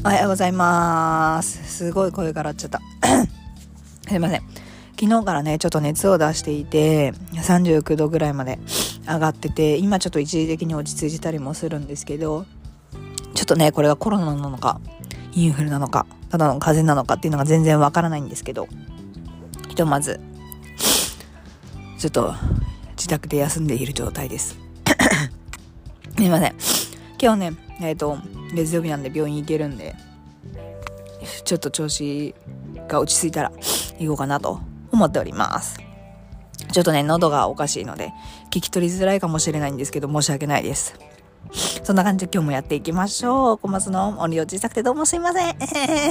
おはようございます。すごい声が荒っちゃったすいません。昨日からねちょっと熱を出していて39度ぐらいまで上がってて、今ちょっと一時的に落ち着いてたりもするんですけど、ちょっとねこれがコロナなのかインフルなのかただの風邪なのかっていうのが全然わからないんですけど、ひとまずちょっと自宅で休んでいる状態ですすいません。今日ね月曜日なんで病院行けるんで、ちょっと調子が落ち着いたら行こうかなと思っております。ちょっとね喉がおかしいので聞き取りづらいかもしれないんですけど申し訳ないです。そんな感じで今日もやっていきましょう。小松の音量小さくてどうもすいません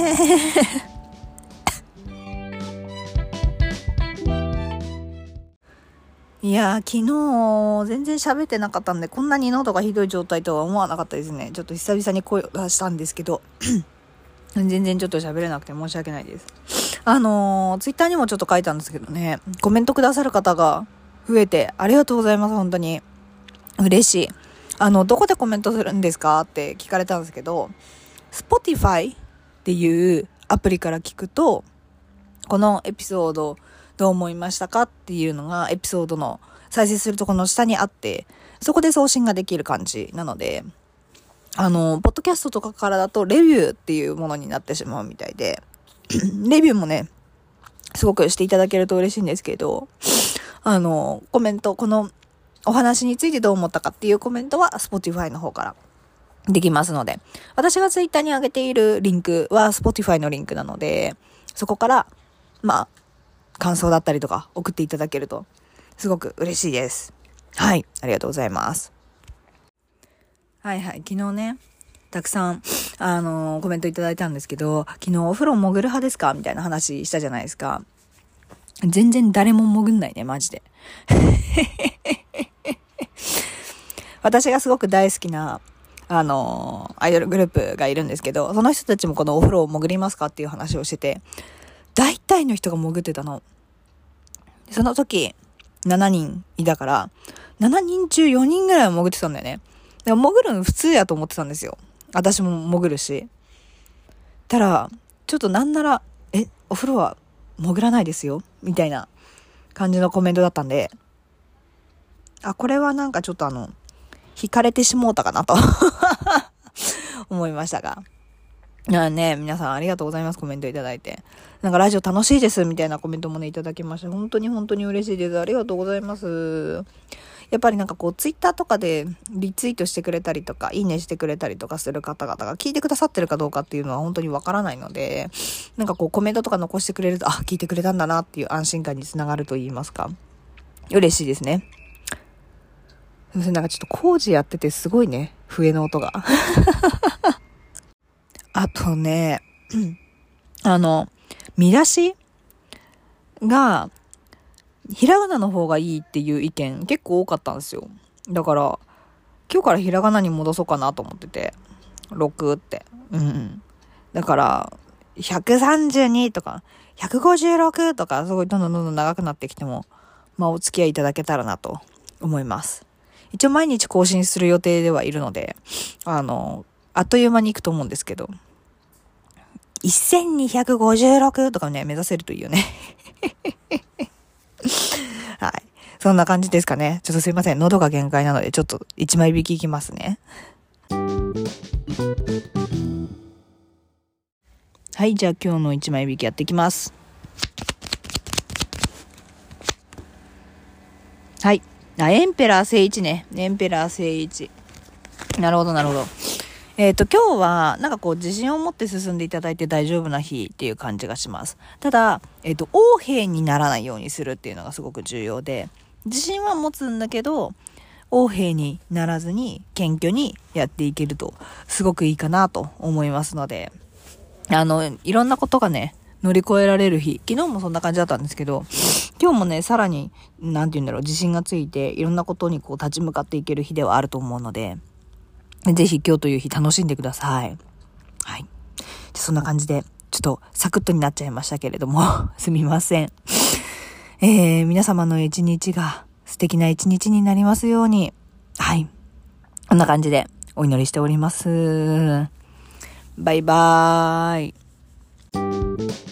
いや昨日全然喋ってなかったんでこんなに喉がひどい状態とは思わなかったですね。ちょっと久々に声を出したんですけど全然ちょっと喋れなくて申し訳ないです。ツイッターにもちょっと書いたんですけどね、コメントくださる方が増えてありがとうございます。本当に嬉しい。どこでコメントするんですかって聞かれたんですけど、 Spotify っていうアプリから聞くと、このエピソードどう思いましたかっていうのがエピソードの再生するところの下にあって、そこで送信ができる感じなので、ポッドキャストとかからだとレビューっていうものになってしまうみたいでレビューもねすごくしていただけると嬉しいんですけど、コメント、このお話についてどう思ったかっていうコメントは Spotify の方からできますので、私がツイッターに上げているリンクは Spotify のリンクなので、そこから感想だったりとか送っていただけるとすごく嬉しいです。はい、ありがとうございます。はい、昨日ねたくさんコメントいただいたんですけど、昨日お風呂潜る派ですかみたいな話したじゃないですか。全然誰も潜んないねマジで私がすごく大好きなアイドルグループがいるんですけど、その人たちもこのお風呂を潜りますかっていう話をしてて、大体の人が潜ってたの。その時7人いたから7人中4人ぐらいは潜ってたんだよね。でも潜るの普通やと思ってたんですよ。私も潜るし。たらちょっとなんならお風呂は潜らないですよみたいな感じのコメントだったんで、これはなんかちょっと惹かれてしもうたかなと思いましたが、皆さんありがとうございます。コメントいただいて、なんかラジオ楽しいですみたいなコメントもねいただきまして、本当に本当に嬉しいです。ありがとうございます。やっぱりなんかツイッターとかでリツイートしてくれたりとかいいねしてくれたりとかする方々が聞いてくださってるかどうかっていうのは本当にわからないので、なんかコメントとか残してくれると聞いてくれたんだなっていう安心感につながると言いますか、嬉しいですね。なんかちょっと工事やっててすごいね笛の音があとね見出しがひらがなの方がいいっていう意見結構多かったんですよ。だから今日からひらがなに戻そうかなと思ってて、6ってだから132とか156とかすごいどんどん長くなってきてもお付き合いいただけたらなと思います。一応毎日更新する予定ではいるのであっという間に行くと思うんですけど、1256とかね目指せるといいよねはい、そんな感じですかね。ちょっとすいません、喉が限界なのでちょっと1枚引きいきますね。はい、じゃあ今日の1枚引きやっていきます。はい、エンペラー聖一ね。エンペラー聖一、なるほどなるほど。今日はなんか自信を持って進んでいただいて大丈夫な日っていう感じがします。ただ横柄にならないようにするっていうのがすごく重要で、自信は持つんだけど横柄にならずに謙虚にやっていけるとすごくいいかなと思いますので、いろんなことがね乗り越えられる日、昨日もそんな感じだったんですけど、今日もねさらに自信がついていろんなことに立ち向かっていける日ではあると思うので、ぜひ今日という日楽しんでください。はい。そんな感じでちょっとサクッとになっちゃいましたけれどもすみません。皆様の一日が素敵な一日になりますように。はい。こんな感じでお祈りしております。 バイバーイ。